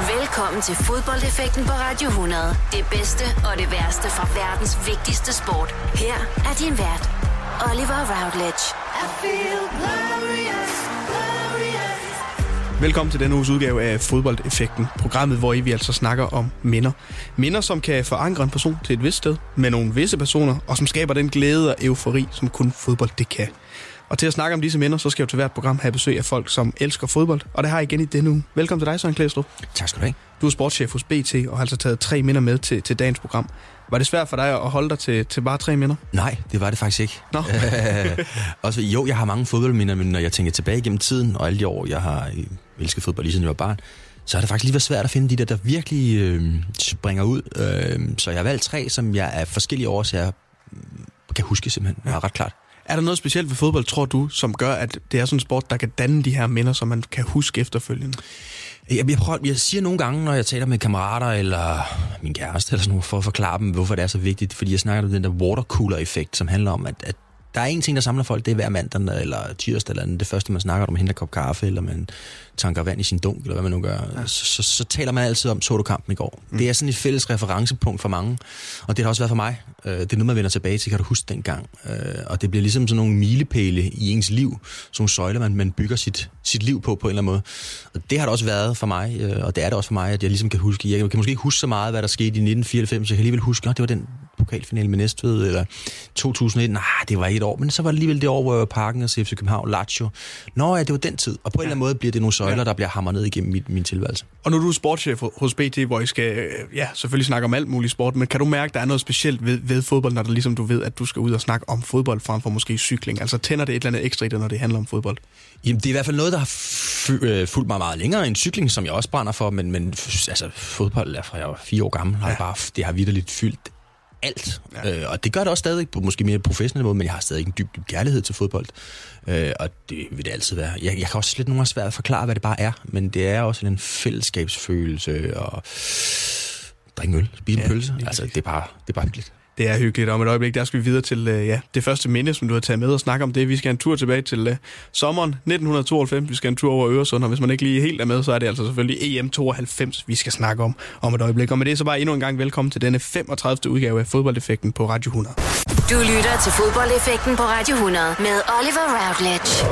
Velkommen til fodboldeffekten på Radio 100. Det bedste og det værste fra verdens vigtigste sport. Her er din vært, Oliver Routledge. I feel glorious, glorious. Velkommen til denne uges udgave af Fodboldeffekten, programmet, hvor vi altså snakker om minder. Minder, som kan forankre en person til et vist sted, med nogle visse personer, og som skaber den glæde og eufori, som kun fodbold det kan. Og til at snakke om disse minder, så skal jeg jo til hvert program have besøg af folk, som elsker fodbold, og det har jeg igen i denne uge. Velkommen til dig, Søren Klæstrup. Tak skal du have. Du er sportschef hos BT, og har altså taget 3 minder med til dagens program. Var det svært for dig at holde dig til bare 3 minder? Nej, det var det faktisk ikke. Nå. Jo, jeg har mange fodboldminder, men når jeg tænker tilbage gennem tiden, og alle de år, jeg har elsket fodbold, lige siden jeg var barn, så har det faktisk lige været svært at finde de der virkelig springer ud. Så jeg har valgt 3, som jeg af forskellige årsager kan huske simpelthen. Ja. Ret klart. Er der noget specielt ved fodbold, tror du, som gør, at det er sådan en sport, der kan danne de her minder, som man kan huske efterfølgende? Jeg siger nogle gange, når jeg taler med kammerater eller min kæreste eller sådan noget, for at forklare dem, hvorfor det er så vigtigt. Fordi jeg snakker om den der watercooler-effekt, som handler om, at der er en ting, der samler folk, det er hver mandag eller tirsdag eller andet. Det første, man snakker om, at hente en kop kaffe, eller man tanker vand i sin dunk, eller hvad man nu gør. Ja. Så taler man altid om, så du kampen i går. Det er sådan et fælles referencepunkt for mange, og det har også været for mig. Det er noget, man vender tilbage til, kan du huske dengang. Og det bliver ligesom sådan nogle milepæle i ens liv, sådan nogle søjler, man bygger sit liv på en eller anden måde. Og det har det også været for mig, og det er det også for mig, at jeg ligesom kan huske. Jeg kan måske ikke huske så meget, hvad der skete i 1994. Jeg kan alligevel huske, det var den pokalfinale med Næstved, eller 2001. Nej, det var et år, men så var det alligevel det år, hvor jeg var i Parken og FC København, Lazio. Nå ja, det var den tid. Og på en eller anden måde bliver det nogle søjler, der bliver hamret ned igennem min tilværelse. Og nu er du sportschef hos BT, hvor I skal selvfølgelig snakke om alt muligt sport, men kan du mærke, at der er noget specielt ved fodbold, når du ligesom du ved, at du skal ud og snakke om fodbold frem for måske cykling? Altså tænder det et eller andet ekstra i det, når det handler om fodbold? Jamen, det er i hvert fald noget, der har fulgt mig meget længere end cykling, som jeg også brænder for, men altså, fodbold er fra jeg var 4 år gammel, det har vitterligt fyldt alt. Ja. Og det gør det også stadig på måske mere professionel måde, men jeg har stadig en dyb kærlighed til fodbold. Og det vil det altid være. Jeg kan også lidt nogle gange svært at forklare, hvad det bare er, men det er også en fællesskabsfølelse og drikke øl, spise en pølse. Altså, det er bare hyggeligt. Det er hyggeligt. Om et øjeblik, der skal vi videre til det første minde, som du har taget med og snakke om det. Vi skal en tur tilbage til sommeren 1992. Vi skal en tur over Øresund, og hvis man ikke lige helt er med, så er det altså selvfølgelig EM 92, vi skal snakke om et øjeblik. Og med det så bare endnu en gang velkommen til denne 35. udgave af Fodboldeffekten på Radio 100. Du lytter til Fodboldeffekten på Radio 100 med Oliver Routledge.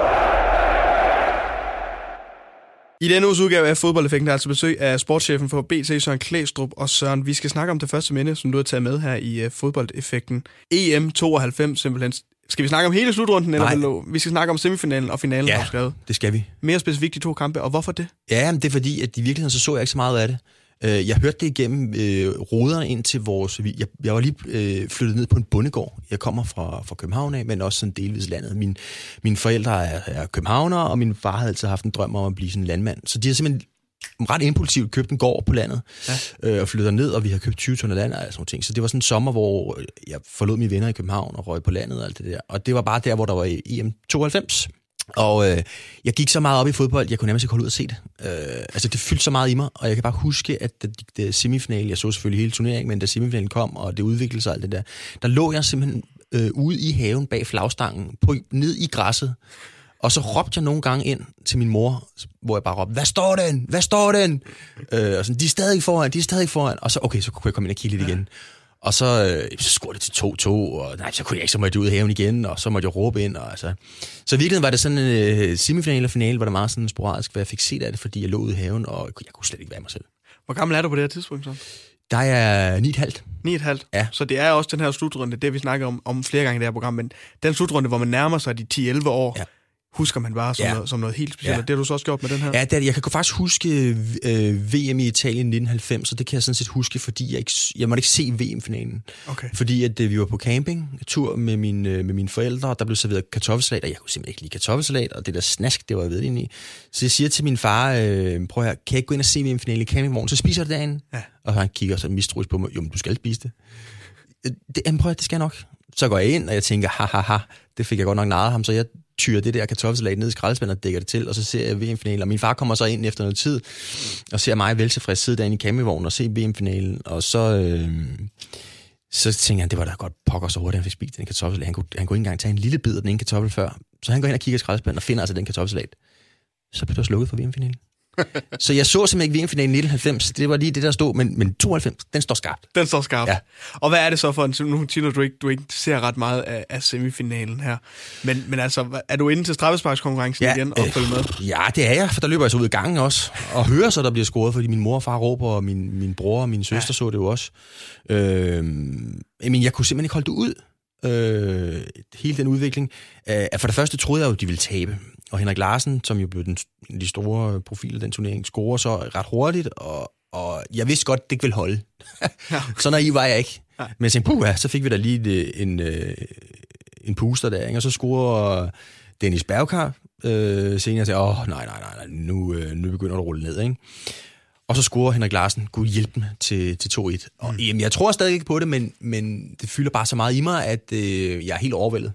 I denne uges udgave af Fodboldeffekten er altså besøg af sportschefen for BT, Søren Klæstrup. Og Søren, vi skal snakke om det første minde, som du har taget med her i Fodboldeffekten. EM 92 simpelthen. Skal vi snakke om hele slutrunden? Eller vi skal snakke om semifinalen og finalen, ja, har du skrevet. Det skal vi. Mere specifikt de 2 kampe, og hvorfor det? Ja, men det er fordi, at i virkeligheden så jeg ikke så meget af det. Jeg hørte det igennem roderne ind til vores... Jeg var lige flyttet ned på en bondegård. Jeg kommer fra København af, men også sådan delvis landet. Mine forældre er københavnere, og min far havde altid haft en drøm om at blive sådan en landmand. Så de har simpelthen ret impulsivt købt en gård på landet, og flyttet ned, og vi har købt 20 tønder land og sådan nogle ting. Så det var sådan en sommer, hvor jeg forlod mine venner i København og røg på landet og alt det der. Og det var bare der, hvor der var EM 92. Og jeg gik så meget op i fodbold, jeg kunne nærmest ikke holde ud at se det. Altså det fyldte så meget i mig, og jeg kan bare huske, at da semifinalen, jeg så selvfølgelig hele turneringen, men da semifinalen kom, og det udviklede sig alt det der lå jeg simpelthen ude i haven bag flagstangen, ned i græsset, og så råbte jeg nogle gange ind til min mor, hvor jeg bare råbte, hvad står den? Hvad står den? Og sådan, de er stadig foran, og så kunne jeg komme ind og kigge lidt igen. Og så scorede det til 2-2, og så kunne jeg ikke, så måtte jeg ud i haven igen, og så måtte jeg råbe ind. Og altså. Så i virkeligheden var det sådan en semifinal og finale, hvor det meget sådan sporadisk, hvad jeg fik set af det, fordi jeg lå ude i haven, og jeg kunne slet ikke være mig selv. Hvor gammel er du på det her tidspunkt så? Der er 9,5. 9,5? Ja. Så det er også den her slutrunde, det vi snakker om flere gange i det her program, men den slutrunde, hvor man nærmer sig de 10-11 år, husker man bare som noget helt specielt, og det har du så også gjort med den her? Ja, jeg kan faktisk huske VM i Italien 1990, og det kan jeg sådan set huske, fordi jeg måtte ikke se VM-finalen. Okay. Fordi at vi var på campingtur med mine forældre, og der blev serveret kartoffelsalat, og jeg kunne simpelthen ikke lide kartoffelsalat, og det der snask, det var jeg ved ind i. Så jeg siger til min far, prøv her, kan jeg ikke gå ind og se VM-finalen i campingvognen, så spiser jeg det derinde? Ja. Og han kigger så mistroisk på mig, jo, men du skal spise det. Prøv at, det skal jeg nok. Så går jeg ind, og jeg tænker, det fik jeg godt nok narret ham, så jeg tyrer det der kartoffelsalat ned i skraldespanden og dækker det til, og så ser jeg VM-finalen, og min far kommer så ind efter noget tid, og ser mig veltilfreds sidde derinde i campingvognen og se VM-finalen, og så tænker han, det var da godt pokker så hurtigt, han fik spist den kartoffelsalat. Han kunne ikke engang tage en lille bid af den ene kartoffel før, så han går ind og kigger i skraldespanden og finder altså den kartoffelsalat. Så blev der slukket for VM-finalen. Så jeg så simpelthen ikke VM-finalen i 1990. Det var lige det, der stod. Men 92, den står skarpt. Den står skarpt. Ja. Og hvad er det så for en... Nu siger du ikke ser ret meget af semifinalen her. Men altså, er du inde til straffesparkskonkurrencen igen og følge med? Ja, det er jeg, for der løber jeg så ud i gangen også. Og hører så, der bliver scoret, fordi min mor og far råber, og min bror og min søster så det jo også. Men jeg kunne simpelthen ikke holde det ud. Hele den udvikling. For det første troede jeg jo, de ville tabe. Og Henrik Larsen, som jo blev de store profiler af den turnering, scorer så ret hurtigt, og jeg vidste godt, det ikke ville holde. Så naiv var jeg ikke. Men jeg tænkte, så fik vi da lige en puster der, ikke? Og så scorer Dennis Bergkar senere til, nej, nu begynder det at rulle ned, ikke? Og så scorer Henrik Larsen, Gud hjælpe dem til 2-1. Og, jamen, jeg tror stadig ikke på det, men det fylder bare så meget i mig, at jeg er helt overvældet.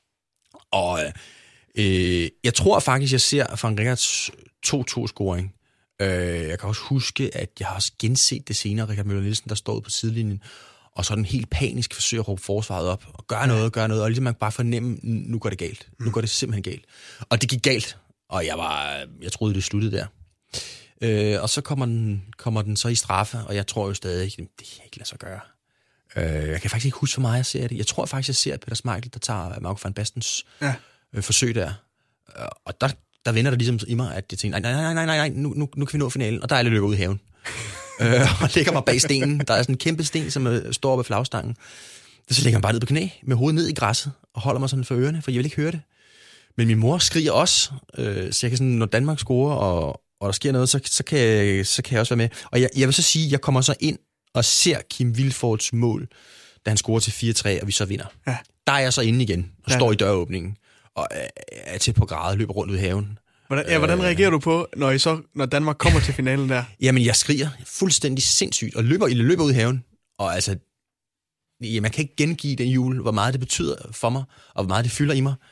Og jeg tror faktisk, jeg ser Frank Rijkaards 2-2-scoring. Jeg kan også huske, at jeg har også genset det senere, Richard Møller Nielsen, der står ude på sidelinjen, og så den helt panisk forsøger at råbe forsvaret op, og gøre noget, og ligesom man bare fornemme, nu går det galt. Nu går det simpelthen galt. Og det gik galt, og jeg troede, det sluttede der. Og så kommer den så i straffe, og jeg tror jo stadig, det kan ikke lade sig gøre. Jeg kan faktisk ikke huske, hvor meget jeg ser det. Jeg tror faktisk, jeg ser Peter Schmeichel, der tager Marco van Bastens forsøg der. Og der vender det ligesom i mig, at jeg tænker, nej, nu kan vi nå finalen. Og der er jeg løbet ud i haven. Og lægger mig bag stenen. Der er sådan en kæmpe sten, som står oppe af flagstangen. Så lægger jeg bare ned på knæ, med hovedet ned i græsset, og holder mig sådan for ørerne, for jeg vil ikke høre det. Men min mor skriger også, så jeg kan sådan, når Danmark scorer, og der sker noget, så kan jeg også være med. Og jeg vil så sige, at jeg kommer så ind og ser Kim Vilfords mål, da han scorer til 4-3, og vi så vinder. Ja. Der er jeg så inde igen, og står i døråbningen, og er tæt på græde, løber rundt ud i haven. Hvordan reagerer du på, når Danmark kommer til finalen der? Jamen, jeg skriger fuldstændig sindssygt, og løber ud i haven. Og altså, man kan ikke gengive den jul, hvor meget det betyder for mig, og hvor meget det fylder i mig,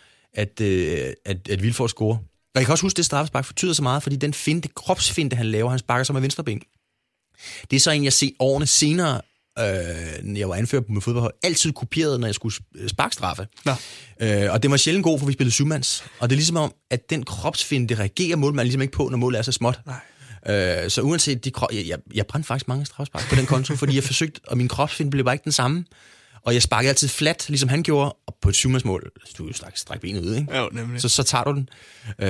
at Vilfort scorer. Og jeg kan også huske, at det straffespark betyder så meget, fordi den kropsfinte, han laver, han sparker sig med venstre ben. Det er så en, jeg ser årene senere, når jeg var anfører på mit fodboldhold, altid kopieret, når jeg skulle sparke straffe. Og det var sjældent god, for vi spillede syvmands. Og det er ligesom om, at den kropsfinte reagerer målmanden ligesom ikke på, når målet er så småt. Så uanset jeg brændte faktisk mange straffespark på den konto, fordi jeg forsøgte, og min kropsfinte blev bare ikke den samme. Og jeg sparkede altid flat, ligesom han gjorde, og på et syvmandsmål, du stræk benet ud, ikke? Jo, nemlig. Så tager du den.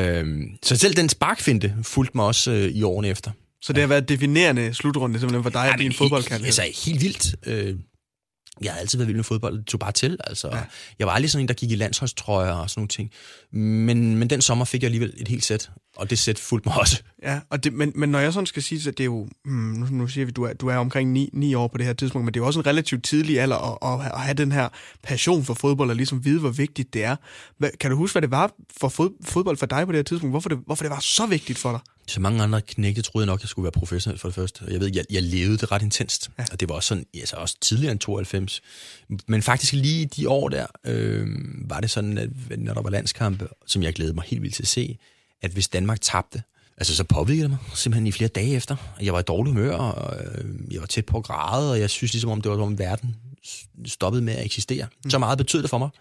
Så selv den sparkfinte fulgte mig også i årene efter. Så det har været definerende slutrunde simpelthen for dig og din fodboldkarriere? Altså helt vildt. Jeg har altid været vild med fodbold, det tog bare til. Altså. Ja. Jeg var aldrig sådan en, der gik i landsholdstrøjer og sådan nogle ting. Men den sommer fik jeg alligevel et helt sæt, og det sæt fulgte mig også. Ja, og men når jeg sådan skal sige, at det er jo, nu siger vi, du er omkring 9 år på det her tidspunkt, men det er jo også en relativt tidlig alder at have den her passion for fodbold, og ligesom vide, hvor vigtigt det er. Kan du huske, hvad det var for fodbold for dig på det her tidspunkt? Hvorfor det var så vigtigt for dig? Så mange andre knægte troede jeg nok, jeg skulle være professionel for det første. Jeg ved, jeg levede det ret intenst, og det var også sådan, altså også tidligere end 92. Men faktisk lige de år der, var det sådan, at når der var landskampe, som jeg glædede mig helt vildt til at se, at hvis Danmark tabte, altså så påvirkede det mig simpelthen i flere dage efter. Jeg var i dårlig humør, og jeg var tæt på at græde, og jeg synes ligesom, om det var som om verden stoppede med at eksistere. Så meget betød det for mig.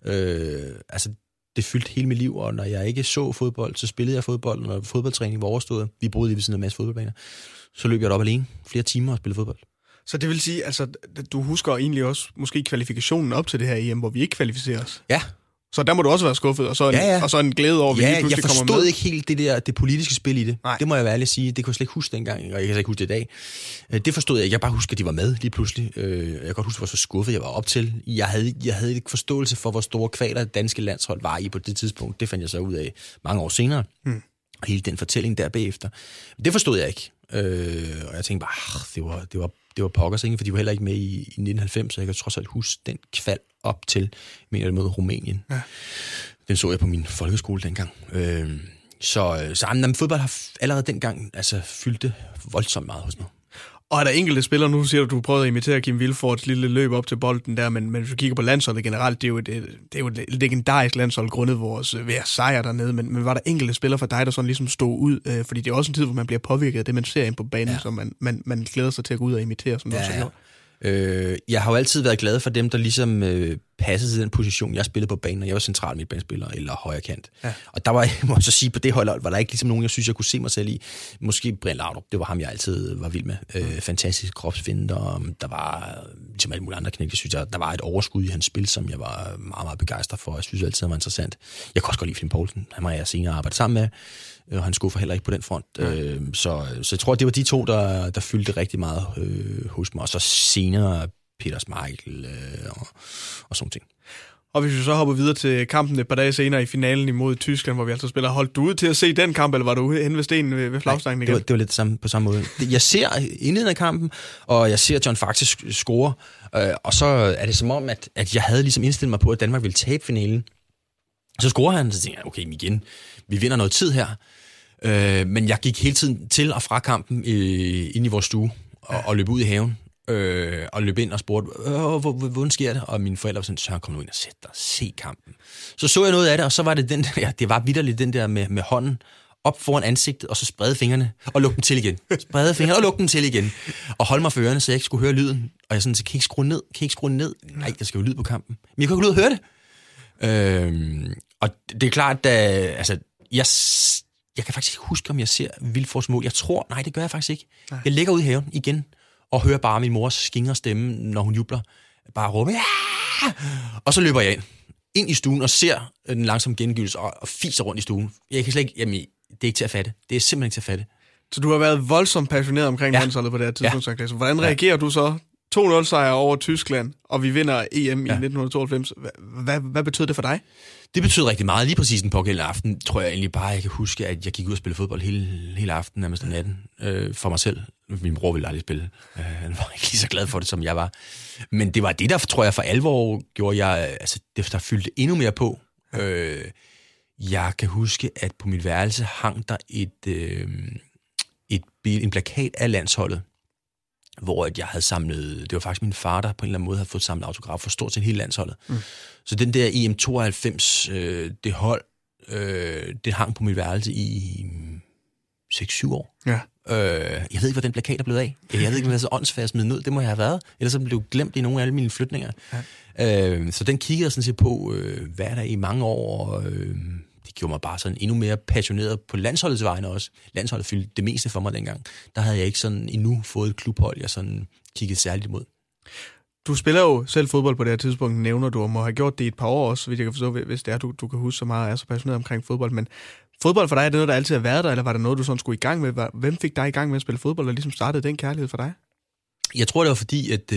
Altså, det fyldte hele mit liv, og når jeg ikke så fodbold, så spillede jeg fodbold, og når fodboldtræning var overstået, vi boede lige ved siden af en masse fodboldbaner, så løb jeg op alene flere timer og spillede fodbold. Så det vil sige, altså, du husker egentlig også måske kvalifikationen op til det her EM, hvor vi ikke kvalificerer os? Ja. Så der må du også være skuffet, og så en glæde over, at vi lige pludselig kommer med. Jeg forstod ikke helt det politiske spil i det. Nej. Det må jeg være ærlig at sige. Det kunne jeg slet ikke huske dengang, og jeg kan ikke huske det i dag. Det forstod jeg ikke. Jeg bare husker, at de var med lige pludselig. Jeg kan godt huske, hvor så skuffet jeg var op til. Jeg havde ikke forståelse for, hvor store kvaler det danske landshold var i på det tidspunkt. Det fandt jeg så ud af mange år senere. Og hele den fortælling der bagefter. Det forstod jeg ikke. Og jeg tænkte bare, det var pokkers, ikke? For de var heller ikke med i 1990, så jeg kan trods alt huske den kval op til, mener det, mod Rumænien. Ja. Den så jeg på min folkeskole dengang. Så fodbold har allerede dengang fyldte voldsomt meget hos mig. Og er der enkelte spillere, nu siger du prøvede at imitere Kim Vilfords lille løb op til bolden der, men hvis du kigger på landsholdet generelt, det er jo et legendarisk landshold grundet vores sejr dernede, men var der enkelte spillere for dig, der sådan ligesom stod ud? Fordi det er også en tid, hvor man bliver påvirket af det, man ser ind på banen, så man glæder sig til at gå ud og imitere, som du også har gjort. Jeg har jo altid været glad for dem, der ligesom passede til den position, jeg spillede på banen, og jeg var central midtbanespiller eller højre kant. Ja. Og der var, må jeg så sige, på det hold var der ikke ligesom nogen, jeg synes, jeg kunne se mig selv i. Måske Brian Laudrup, det var ham, jeg altid var vild med. Fantastisk kropsfinder, og der var, ligesom alle mulige andre knæk, jeg synes, der var et overskud i hans spil, som jeg var meget, meget begejstret for. Jeg synes altid, det var interessant. Jeg kunne også godt lide Flemming Poulsen. Han var jeg senere arbejdet sammen med, og han skuffer heller ikke på den front. Så jeg tror, det var de to, der fyldte rigtig meget hos mig. Og så senere Peter Schmeichel og sådan ting. Og hvis vi så hopper videre til kampen et par dage senere i finalen imod Tyskland, hvor vi altså spiller, holdt du ud til at se den kamp, eller var du hen ved stenen ved flagstangen igen? Det var lidt på samme måde. Jeg ser indledningen af kampen, og jeg ser John faktisk score, og så er det som om, at jeg havde ligesom indstillet mig på, at Danmark ville tabe finalen. Så scorer han, så tænker jeg, okay, igen, vi vinder noget tid her. Men jeg gik hele tiden til og fra kampen ind i vores stue, og løb ud i haven. Og løb ind og spurgte, hvordan sker det? Og mine forældre var sådan, Søren, kom nu ind og sæt dig, se kampen. Så jeg noget af det, og så var det den der, det var vitterligt den der med hånden op foran ansigtet, og så sprede fingrene og lukke dem til igen. Sprede fingrene og lukke dem til igen. Og holde mig for ørerne, så jeg ikke skulle høre lyden. Og jeg sådan, så kan I ikke skrue ned? Nej, der skal jo lyd på kampen. Men jeg kan ikke lide at høre det. Og det er klart, at jeg kan faktisk ikke huske, om jeg ser Vilfors mål. Jeg tror, nej, det gør jeg faktisk ikke. Jeg ligger ude i haven igen, og hører bare min mors skingre stemme, når hun jubler. Bare råbe, ja! Og så løber jeg ind i stuen og ser den langsomme gengivelse og fiser rundt i stuen. Jeg kan slet ikke, jamen, det er ikke til at fatte. Det er simpelthen ikke til at fatte. Så du har været voldsomt passioneret omkring landsholdet på det her tidspunkt. Ja. Hvordan reagerer du så? 2-0 sejr over Tyskland, og vi vinder EM i 1992. Hvad betød det for dig? Det betød rigtig meget. Lige præcis den pågældende aften, tror jeg egentlig bare, jeg kan huske, at jeg gik ud og spille fodbold hele aftenen, nærmest den natten, for mig selv. Min bror ville aldrig spille. Han var ikke lige så glad for det, som jeg var. Men det var det, der, tror jeg, for alvor gjorde jeg, altså det, der fyldte endnu mere på. Jeg kan huske, at på mit værelse hang der en plakat af landsholdet, hvor jeg havde samlet, det var faktisk min far, der på en eller anden måde havde fået samlet autograf for stort set hele landsholdet. Så den der EM92, det hold, det hang på mit værelse i 6-7 år. Ja. Jeg ved ikke, hvor den plakat er blevet af. Jeg ved ikke, om det er så åndsfærdigt smidt ud. Det må jeg have været. Ellers så blev glemt i nogle af alle mine flytninger. Ja. Så den kiggede jeg sådan set på, hvad er der i mange år, og det gjorde mig bare sådan endnu mere passioneret på landsholdets vegne også. Landsholdet fyldte det meste for mig dengang. Der havde jeg ikke sådan endnu fået et klubhold, jeg sådan kiggede særligt imod. Du spiller jo selv fodbold på det her tidspunkt, nævner du, og må have gjort det i et par år også, hvis jeg kan forstå, hvis det er, du kan huske så meget og er så passioneret omkring fodbold. Men fodbold for dig, er det noget, der altid har været der, eller var det noget, du sådan skulle i gang med? Hvem fik dig i gang med at spille fodbold, og ligesom startede den kærlighed for dig? Jeg tror, det var fordi, at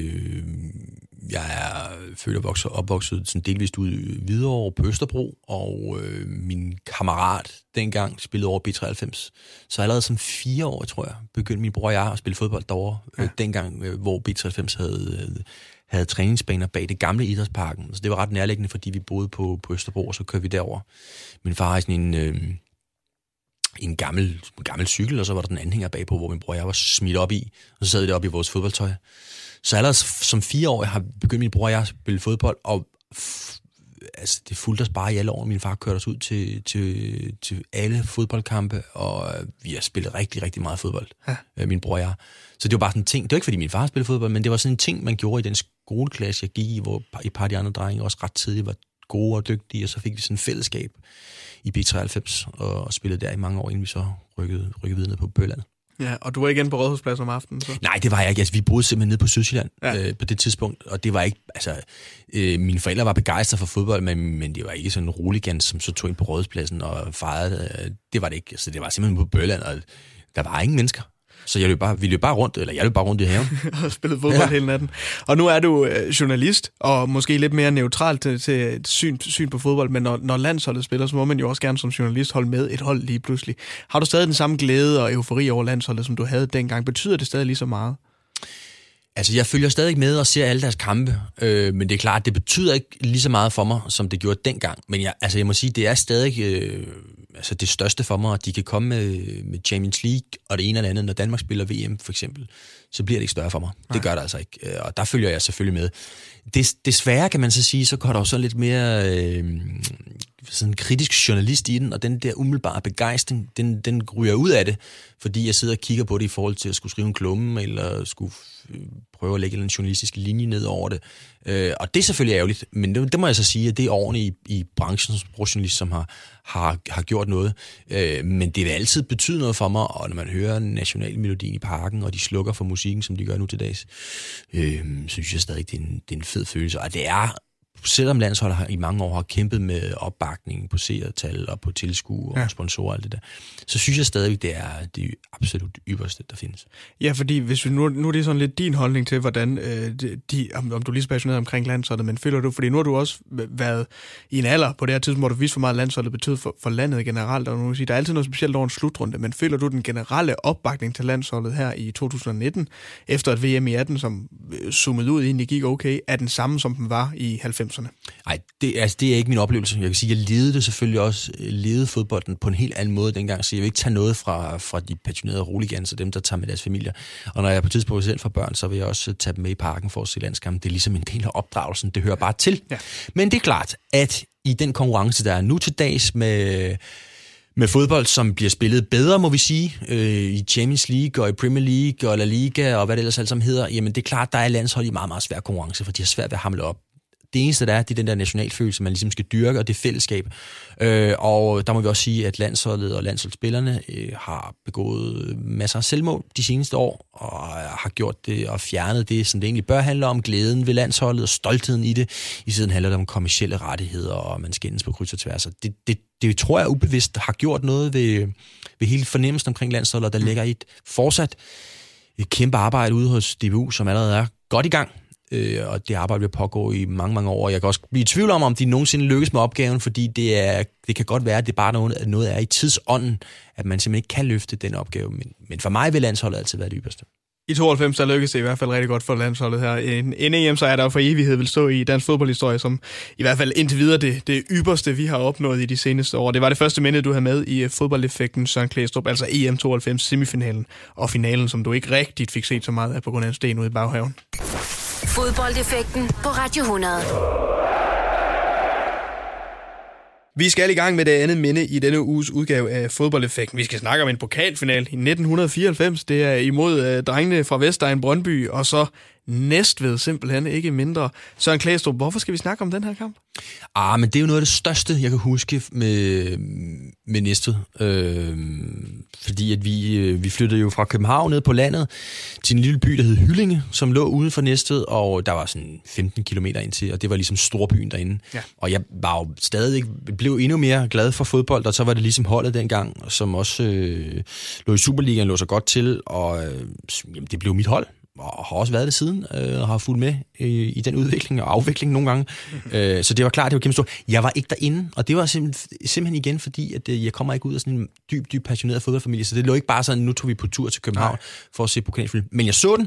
jeg er født og opvokset sådan delvist ude i Hvidovre på Østerbro, og min kammerat dengang spillede over B93. Så allerede som 4 år, tror jeg, begyndte min bror og jeg at spille fodbold derovre. Dengang, hvor B93 havde træningsbaner bag det gamle idrætsparken. Så det var ret nærliggende, fordi vi boede på Østerbro, og så kørte vi derover. Min far har sådan en gammel cykel, og så var der den anhænger bagpå, hvor min bror og jeg var smidt op i, og så sad vi deroppe i vores fodboldtøj. Så allerede som 4 år har begyndt min bror og jeg at spille fodbold, og altså, det fulgte os bare i alle år. Min far kørte os ud til alle fodboldkampe, og vi har spillet rigtig, rigtig meget fodbold, min bror og jeg. Så det var bare sådan en ting. Det var ikke, fordi min far spillede fodbold, men det var sådan en ting, man gjorde i den skoleklasse, jeg gik i, hvor et par af de andre drenge også ret tidligt var gode og dygtige, og så fik vi sådan et fællesskab i B93, og spillede der i mange år, inden vi så rykkede videre på Bølland. Ja, og du var igen på Rådhuspladsen om aftenen, så? Nej, det var jeg ikke. Altså, vi boede simpelthen nede på Sydsjælland på det tidspunkt, og det var ikke, altså, mine forældre var begejstrede for fodbold, men det var ikke sådan en roligans, som så tog ind på Rådhuspladsen og fejrede. Det var det ikke. Så det var simpelthen på Bølland, og der var ingen mennesker. Så jeg løb bare rundt i haven. Og spillede fodbold hele natten. Og nu er du journalist, og måske lidt mere neutralt til et syn på fodbold, men når landsholdet spiller, så må man jo også gerne som journalist holde med et hold lige pludselig. Har du stadig den samme glæde og eufori over landsholdet, som du havde dengang? Betyder det stadig lige så meget? Altså, jeg følger stadig med og ser alle deres kampe, men det er klart, det betyder ikke lige så meget for mig, som det gjorde dengang. Men jeg må sige, det er stadig det største for mig, at de kan komme med Champions League og det ene eller andet. Når Danmark spiller VM, for eksempel, så bliver det ikke større for mig. Nej. Det gør det altså ikke, og der følger jeg selvfølgelig med. Desværre, kan man så sige, så går der jo så lidt mere sådan en kritisk journalist i den, og den der umiddelbare begejstring, den ryger ud af det, fordi jeg sidder og kigger på det i forhold til at skulle skrive en klumme, eller skulle prøve at lægge en journalistisk linje ned over det. Og det er selvfølgelig ærgerligt, men det må jeg så sige, at det er årene i branchen som sportsjournalist, som har gjort noget. Men det vil altid betyde noget for mig, og når man hører nationalmelodien i Parken, og de slukker for musikken, som de gør nu til dags, synes jeg stadig, det er en fed følelse. Og det er, selvom landsholdet i mange år har kæmpet med opbakning på seertal og på tilskuere og sponsorer og alt det der, så synes jeg stadig, det er det absolut ypperste, der findes. Ja, fordi hvis vi nu er det sådan lidt din holdning til, hvordan om du er lige så passioneret omkring landsholdet, men føler du, fordi nu har du også været i en alder på det her tidspunkt, hvor du vidste, hvor meget landsholdet betød for landet generelt, og nu siger, der er altid noget specielt over en slutrunde, men føler du den generelle opbakning til landsholdet her i 2019, efter et VM i 18, som zoomede ud egentlig gik okay, er den samme, som den var i 90'erne? Nej, det er ikke min oplevelse. Jeg kan sige, jeg levede fodbolden på en helt anden måde dengang, så jeg vil ikke tage noget fra de passionerede roligans og dem, der tager med deres familier. Og når jeg på tidspunkt selv får børn, så vil jeg også tage dem med i Parken for at se landskampen. Det er ligesom en del af opdragelsen, det hører bare til. Ja. Men det er klart, at i den konkurrence, der er nu til dags med fodbold, som bliver spillet bedre, må vi sige, i Champions League og i Premier League og La Liga og hvad det ellers alt sammen hedder, jamen det er klart, der er landshold i meget, meget svær konkurrence, for de har svært ved at hamle op. Det eneste, der er, det er den der nationalfølelse, man ligesom skal dyrke, og det fællesskab. Og der må vi også sige, at landsholdet og landsholdsspillerne har begået masser af selvmål de seneste år, og har gjort det og fjernet det, som det egentlig bør handle om, glæden ved landsholdet og stoltheden i det. I siden handler det om kommercielle rettigheder, og man skændes på kryds og tværs. Det tror jeg ubevidst har gjort noget ved hele fornemmelsen omkring landsholdet, og der ligger fortsat et kæmpe arbejde ude hos DBU, som allerede er godt i gang. Og det arbejde vil pågå i mange, mange år. Jeg kan også blive i tvivl om de nogensinde lykkes med opgaven, fordi det kan godt være, at det bare noget er i tidsånden, at man simpelthen ikke kan løfte den opgave. Men for mig vil landsholdet altid være det ypperste. I 92 der lykkedes det i hvert fald rigtig godt for landsholdet her. En EM, så er der jo for evighed vil stå i dansk fodboldhistorie, som i hvert fald indtil videre det ypperste, vi har opnået i de seneste år. Det var det første minde, du havde med i fodboldeffekten, Søren Klæstrup, altså EM 92 semifinalen og finalen, som du ikke rigtigt fik set så meget af på grund af en sten ude i baghaven. Fodboldeffekten på Radio 100. Vi skal i gang med det andet minde i denne uges udgave af Fodboldeffekten. Vi skal snakke om en pokalfinal i 1994. Det er imod drengene fra Vestegn Brøndby, og så Næstved simpelthen, ikke mindre. Søren Klæstrup, hvorfor skal vi snakke om den her kamp? Men det er jo noget af det største, jeg kan huske med Næstved. Fordi at vi flyttede jo fra København ned på landet til en lille by, der hed Hyllinge, som lå uden for Næstved, og der var sådan 15 kilometer ind til, og det var ligesom storbyen derinde. Ja. Og jeg var jo stadig, blev endnu mere glad for fodbold, og så var det ligesom holdet dengang, som også lå i Superligaen, lå så godt til, og det blev mit hold. Og har også været det siden, og har fulgt med i den udvikling og afvikling nogle gange. Så det var klart, det var kæmpe stort. Jeg var ikke derinde, og det var simpelthen igen, fordi at jeg kommer ikke ud af sådan en dyb passioneret fodboldfamilie, så det lå ikke bare sådan, nu tog vi på tur til København for at se pokalfinalen. Men jeg så den,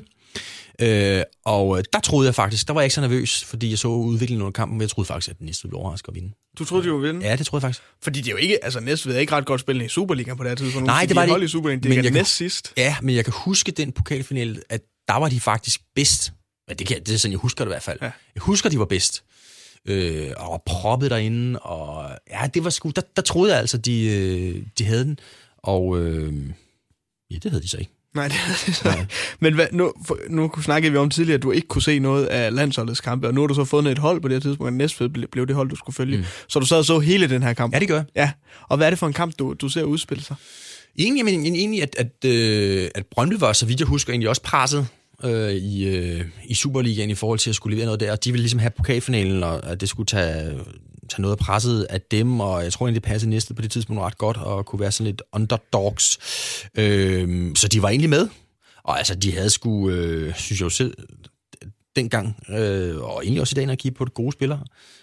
og der troede jeg faktisk, der var jeg ikke så nervøs, fordi jeg så udviklingen under kampen, men jeg troede faktisk, at Næstved ville overraske at vinde. Du troede, de ville vinde? Ja, det troede jeg faktisk. Fordi det er jo ikke, altså Næstved er ikke ret godt spillende i Superligaen på det her tidspunkt. Nej, det var det. I Superligaen, det er næst sidst. Ja, men jeg kan huske den pokalfinale, at der var de faktisk bedst. Men det er sådan, jeg husker det i hvert fald. Ja. Jeg husker, de var bedst. Og var proppet derinde. Og ja, det var sgu... Der troede jeg altså, de havde den. Og ja, det havde de så ikke. Nej, det havde de så ikke. Men nu snakkede vi om tidligere, at du ikke kunne se noget af landsholdets kampe, og nu har du så fundet et hold på det her tidspunkt, og Næstved blev det hold, du skulle følge. Så du sad og så hele den her kamp. Ja, det gør jeg. Ja. Og hvad er det for en kamp, du ser udspille sig? Egentlig at Brøndby var, så vidt jeg husker, egentlig også presset i Superligaen i forhold til at skulle levere noget der, og de ville ligesom have pokalfinalen, og at det skulle tage noget af presset af dem, og jeg tror egentlig, det passede Næstved på det tidspunkt ret godt, og kunne være sådan lidt underdogs. Så de var egentlig med, og altså, de havde sgu, synes jeg jo selv, dengang, og egentlig også i dag, når jeg kigger på det gode spillere.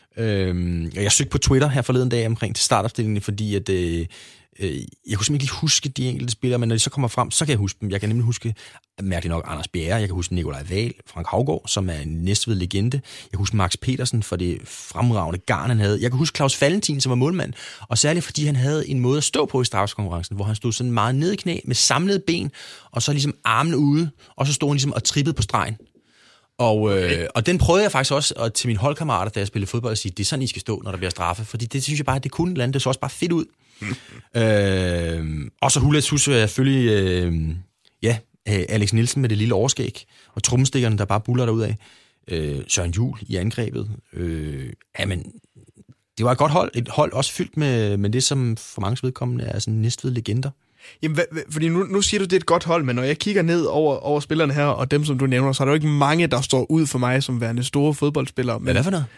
Jeg søgte på Twitter her forleden dag omkring til startopstillingen, fordi at jeg kunne simpelthen ikke huske de enkelte spillere, men når de så kommer frem, så kan jeg huske dem. Jeg kan nemlig huske, mærkeligt nok, Anders Bjerre, jeg kan huske Nikolaj Wahl, Frank Haugaard, som er en Næstved-legende. Jeg kan huske Max Petersen for det fremragende garn, han havde. Jeg kan huske Claus Valentin, som var målmand, og særligt fordi han havde en måde at stå på i straffeskonkurrencen, hvor han stod sådan meget ned i knæ med samlede ben, og så ligesom armene ude, og så stod han ligesom og trippede på stregen. Og den prøvede jeg faktisk også til mine holdkammerater, da jeg spillede fodbold, at sige, det er sådan, I skal stå, når der bliver straffe. Fordi det synes jeg bare, at det kunne lande. Det så også bare fedt ud. Og så Hulas hus jeg selvfølgelig, Alex Nielsen med det lille overskæg, og tromstikkerne, der bare buller derudad. Søren Juhl i angrebet. Men det var et godt hold. Et hold også fyldt med det, som for mange vedkommende er sådan Næstved legender. Jamen, fordi nu siger du, det er et godt hold, men når jeg kigger ned over spillerne her, og dem, som du nævner, så er der jo ikke mange, der står ud for mig som værende store fodboldspillere. Men... Hvad for noget?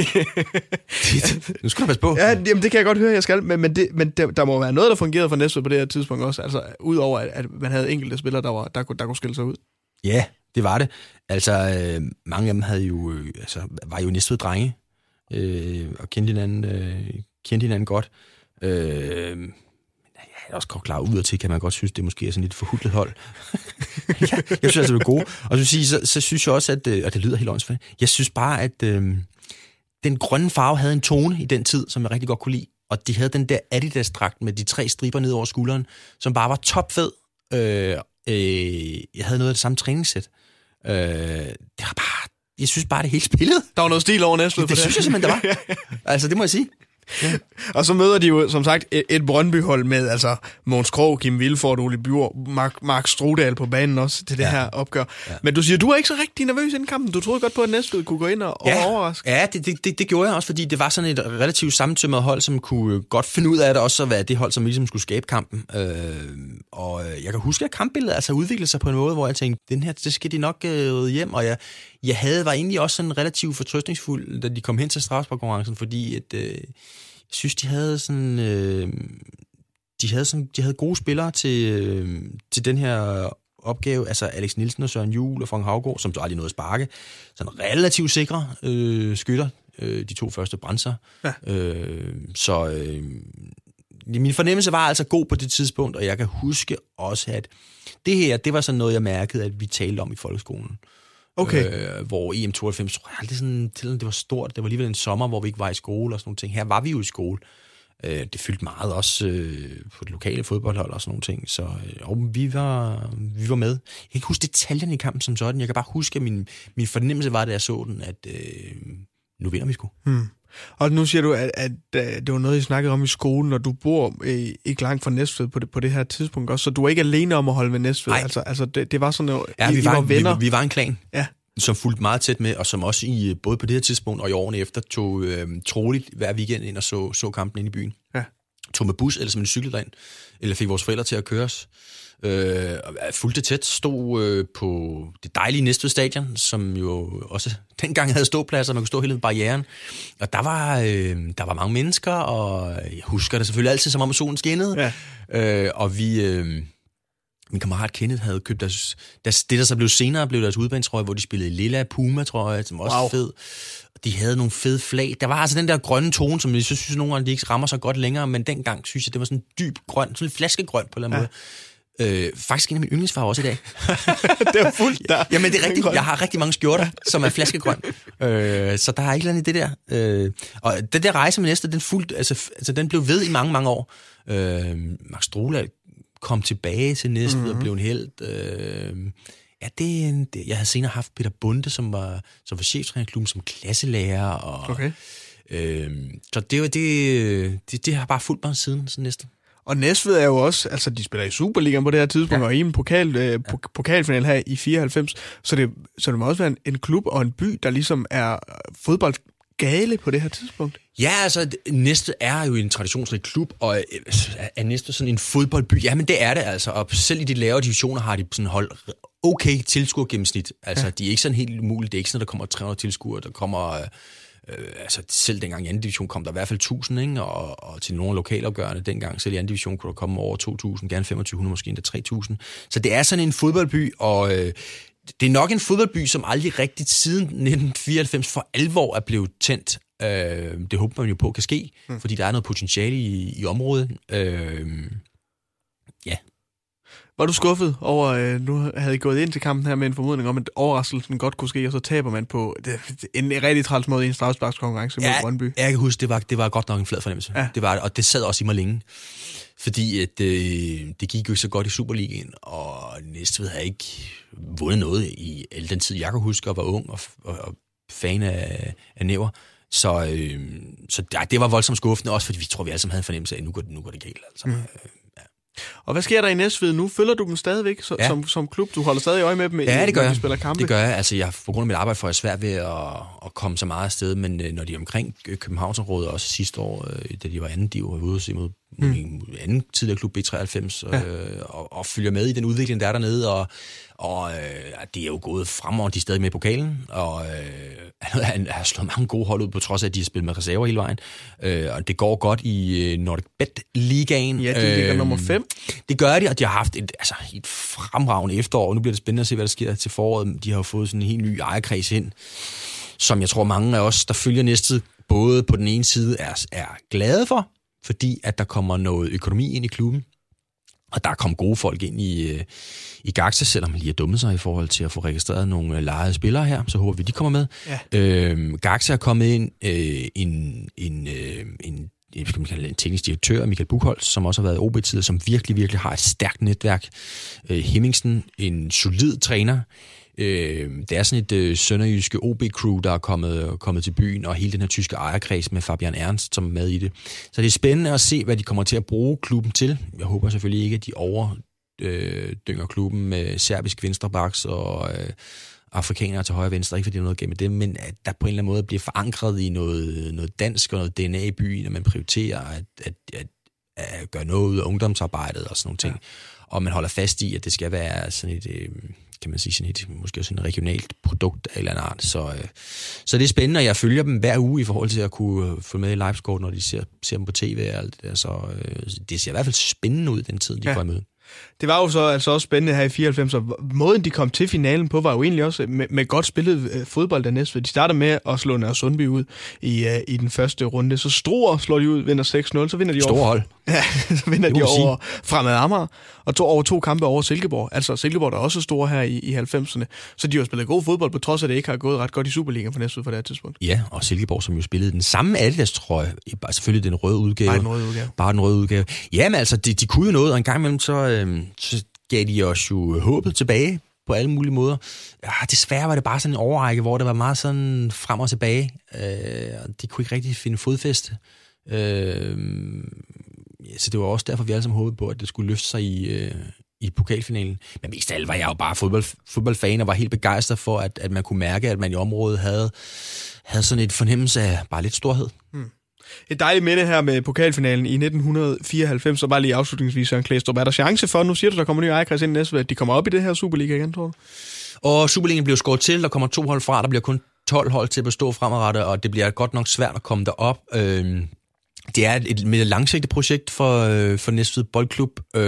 Nu skal du passe på. Ja, jamen, det kan jeg godt høre, jeg skal. Men der må være noget, der fungerede for Næstved på det her tidspunkt også. Altså, udover at man havde enkelte spillere, der kunne skille sig ud. Ja, det var det. Altså, mange af dem havde jo, var jo Næstved drenge, og kendte hinanden godt. Jeg er også godt klar ud til, kan man godt synes, det måske er sådan lidt forhudlet hold. Jeg synes altså, det er gode. Og så synes jeg også, at, og det lyder helt åndsfærdigt, jeg synes bare, at den grønne farve havde en tone i den tid, som jeg rigtig godt kunne lide. Og de havde den der Adidas-dragt med de 3 striber ned over skulderen, som bare var topfed. Jeg havde noget af det samme træningssæt. Det var bare, jeg synes bare, det hele spillede. Der var noget stil over Næstved. Det synes jeg simpelthen, der var. Altså, det må jeg sige. Ja. Og så møder de jo, som sagt, et Brøndby-hold med altså Mogens Krogh, Kim Vilfort, Ole Bjur, Mark Strudal på banen også til det her opgør. Ja. Men du siger, du er ikke så rigtig nervøs inden kampen. Du troede godt på, at Næstved kunne gå ind og overraske. Ja, det gjorde jeg også, fordi det var sådan et relativt sammentømret hold, som kunne godt finde ud af det, også at være det hold, som ligesom skulle skabe kampen. Og jeg kan huske, at kampbilledet altså udviklede sig på en måde, hvor jeg tænkte, den her, det skal de nok rydde hjem. Og jeg var egentlig også sådan relativt fortrøstningsfuld, da de kom hen til straffesparkskonkurrencen, fordi jeg synes, de havde gode spillere til den her opgave. Altså Alex Nielsen og Søren Juhl og Frank Havgaard, som så aldrig nåede at sparke. Sådan relativt sikre skytter, de 2 første Brandser. Ja. Min fornemmelse var altså god på det tidspunkt, og jeg kan huske også, at det her, det var sådan noget, jeg mærkede, at vi talte om i folkeskolen. Okay. Hvor EM92, tror jeg aldrig sådan, det var stort. Det var alligevel en sommer, hvor vi ikke var i skole og sådan nogle ting. Her var vi jo i skole. Det fyldte meget også på det lokale fodboldhold og sådan nogle ting. Så vi var med. Jeg kan ikke huske detaljerne i kampen som sådan. Jeg kan bare huske, at min fornemmelse var, da jeg så den, at nu vinder vi sgu. Og nu siger du, at det var noget, I snakkede om i skolen, og du bor ikke langt fra Næstved på det her tidspunkt også, så du er ikke alene om at holde med Næstved. Altså det var sådan noget, ja, vi var venner. Vi var en klan, som fulgte meget tæt med, og som også både på det her tidspunkt og i årene efter tog troligt hver weekend ind og så kampen ind i byen. Ja. Tog med bus eller som en cykel derind, eller fik vores forældre til at køre os. Fulgte tæt, stod på det dejlige Næstved Stadion, som jo også dengang havde ståpladser, man kunne stå hele barrieren. Og der var mange mennesker, og jeg husker det selvfølgelig altid, som om solen skinnede. Ja. Og min kammerat Kenneth havde købt det, der så blev senere, blev deres udbanetrøje, hvor de spillede Lilla Puma-trøje, som også fed. De havde nogle fede flag. Der var altså den der grønne tone, som jeg synes nogle gange, de ikke rammer så godt længere, men dengang synes jeg, det var sådan dyb grøn, sådan lidt flaskegrøn på en eller anden måde. Faktisk en af mine yndlingsfarver også i dag. Det er fuldt der. Jamen det er rigtigt. Jeg har rigtig mange skjorter, som er flaskegrøn. Så der er ikke andet i det der. Og den der rejse med Næstved, den blev ved i mange, mange år. Max Strudal kom tilbage til Næstved og blev en helt. Jeg havde senere haft Peter Bunde, som var cheftrænerklubben som klasselærer. Og, okay. Så det har bare fulgt mig siden Næstved. Og Næstved er jo også, altså de spiller i Superligaen på det her tidspunkt, og i en pokalfinal her i 94, så det må også være en klub og en by, der ligesom er fodboldgale på det her tidspunkt. Ja, altså Næstved er jo en traditionsrig klub, og er Næstved sådan en fodboldby? Jamen det er det altså, og selv i de lavere divisioner har de sådan holdt okay tilskuergennemsnit. Altså de er ikke sådan helt umuligt, det er ikke sådan, der kommer 300 tilskuere, der kommer. Selv dengang i anden division kom der i hvert fald 1000, ikke? Og til nogle lokalopgørende dengang, selv i anden division kunne der komme over 2000, gerne 2500, måske endda 3000. Så det er sådan en fodboldby, og det er nok en fodboldby, som aldrig rigtigt siden 1994 for alvor er blevet tændt. Det håber man jo på kan ske, fordi der er noget potentiale i området. Ja. Var du skuffet over, nu havde I gået ind til kampen her med en formodning om, at overraskelsen godt kunne ske, og så taber man på en rigtig træls måde i en straffesparkskonkurrence mod Brøndby? Jeg kan huske, det var godt nok en flad fornemmelse. Ja. Det var, og det sad også i mig længe. Fordi det gik jo ikke så godt i Superligaen, og Næstved havde ikke vundet noget i al den tid, jeg kan huske, og var ung og fan af Næver. Så det var voldsomt skuffende, også fordi vi tror, vi alle sammen havde en fornemmelse af, at nu går det galt. Altså. Og hvad sker der i Næstved nu? Følger du dem stadigvæk som klub? Du holder stadig øje med dem, når de spiller kampe? Det gør jeg. Altså, på grund af mit arbejde får jeg svært ved at komme så meget afsted, men når de er omkring Københavnsområdet, også sidste år, da de var anden div, var ude og se mod en anden tidligere klub, B93, og følger med i den udvikling, der er dernede, og det er jo gået fremover, de er stadig med i pokalen, og han har slået mange gode hold ud, på trods af, at de har spillet med reserver hele vejen, og det går godt i Nordic Bet-ligaen. Ja, de ligger nummer 5. Det gør de, og de har haft et fremragende efterår, og nu bliver det spændende at se, hvad der sker til foråret. De har jo fået sådan en helt ny ejerkreds ind, som jeg tror mange af os, der følger Næstved, både på den ene side er glade for, fordi at der kommer noget økonomi ind i klubben, og der kommer gode folk ind i Gaxa, selvom man lige har dummet sig i forhold til at få registreret nogle lejede spillere her, så håber vi, de kommer med. Ja. Gaxa er kommet ind en teknisk direktør, Michael Buchholz, som også har været i OB-tid, som virkelig, virkelig har et stærkt netværk. Hemmingsen, en solid træner. Det er sådan et sønderjyske OB-crew, der er kommet til byen, og hele den her tyske ejerkreds med Fabian Ernst, som er med i det. Så det er spændende at se, hvad de kommer til at bruge klubben til. Jeg håber selvfølgelig ikke, at de overdynger klubben med serbisk venstrebacks og afrikanere til højre og venstre, ikke fordi det er noget gennem det, men at der på en eller anden måde bliver forankret i noget dansk og noget DNA i byen, når man prioriterer at gøre noget ud af ungdomsarbejdet og sådan nogle ting. Ja. Og man holder fast i, at det skal være sådan et, kan man sige, sådan et, måske sådan et regionalt produkt af en eller anden art. Så det er spændende, og jeg følger dem hver uge i forhold til at kunne følge med i livescore, når de ser dem på tv og alt det der. Så det ser i hvert fald spændende ud, den tid, de går imod. Det var jo så altså også spændende her i 94, og måden de kom til finalen på, var jo egentlig også med godt spillet fodbold der Næstved. De starter med at slå Nørre Sundby ud i den første runde. Så Struer slår de ud, vinder 6-0, så vinder de over... hold. Ja, så vinder de over Fremad Amager, og over 2 kampe over Silkeborg. Altså Silkeborg, der er også store her i 90'erne. Så de har spillet god fodbold, på trods af det ikke har gået ret godt i Superligaen for Næstved på det her tidspunkt. Ja, og Silkeborg, som jo spillede den samme Adidas-trøje, selvfølgelig den røde udgave. Bare den røde udgave. Jamen altså, de kunne jo noget, og en gang imellem så gav de os jo håbet tilbage på alle mulige måder. Ja, desværre var det bare sådan en overrække, hvor det var meget sådan frem og tilbage. De kunne ikke rigtig finde fodfæste. Så det var også derfor, vi alle sammen håbede på, at det skulle løfte sig i pokalfinalen. Men mest af alt var jeg jo bare fodboldfan og var helt begejstret for, at man kunne mærke, at man i området havde sådan et fornemmelse af bare lidt storhed. Et dejligt minde her med pokalfinalen i 1994, så bare lige afslutningsvis, Søren Klæstrup. Er der chance for, nu siger du, der kommer ny ejerkreds ind næste, at de kommer op i det her Superliga igen, tror du? Og Superligaen bliver skåret til, der kommer 2 hold fra, der bliver kun 12 hold til at bestå fremadrettet, og det bliver godt nok svært at komme derop. Det er et mere langsigtet projekt for Næstved Boldklub.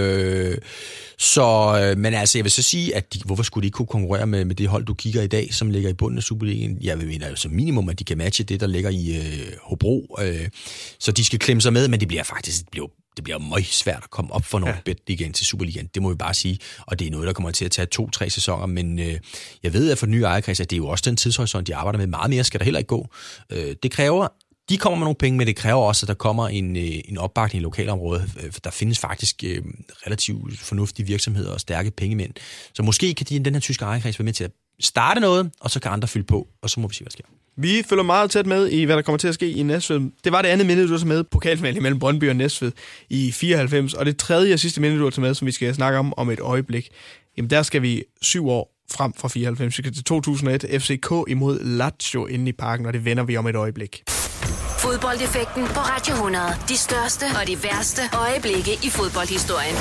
Men altså, jeg vil så sige, at hvorfor skulle de ikke kunne konkurrere med det hold, du kigger i dag, som ligger i bunden af Superligaen? Jeg vil mene som minimum, at de kan matche det, der ligger i Hobro. Så de skal klemme sig med, men det bliver faktisk det bliver meget svært at komme op for Nordic Bet-ligaen til Superligaen. Det må vi bare sige. Og det er noget, der kommer til at tage 2-3 sæsoner. Men jeg ved, at for nye ejerkreds, at det er jo også den tidshorisont, de arbejder med. Meget mere skal der heller ikke gå. Det kræver... De kommer med nogle penge, men det kræver også, at der kommer en opbakning i lokalområdet. Der findes faktisk relativt fornuftige virksomheder og stærke pengemænd. Så måske kan den her tyske ejerkreds være med til at starte noget, og så kan andre fylde på, og så må vi se, hvad der sker. Vi følger meget tæt med i, hvad der kommer til at ske i Næstved. Det var det andet minde, du har med pokalfinalen mellem Brøndby og Næstved i 94, og det tredje og sidste minde, du har med, som vi skal snakke om et øjeblik. Jamen der skal vi 7 år frem fra 94. Vi skal til 2001, FCK imod Lazio inde i parken, og det vender vi om et øjeblik. Fodboldeffekten på Radio 100. De største og de værste øjeblikke i fodboldhistorien.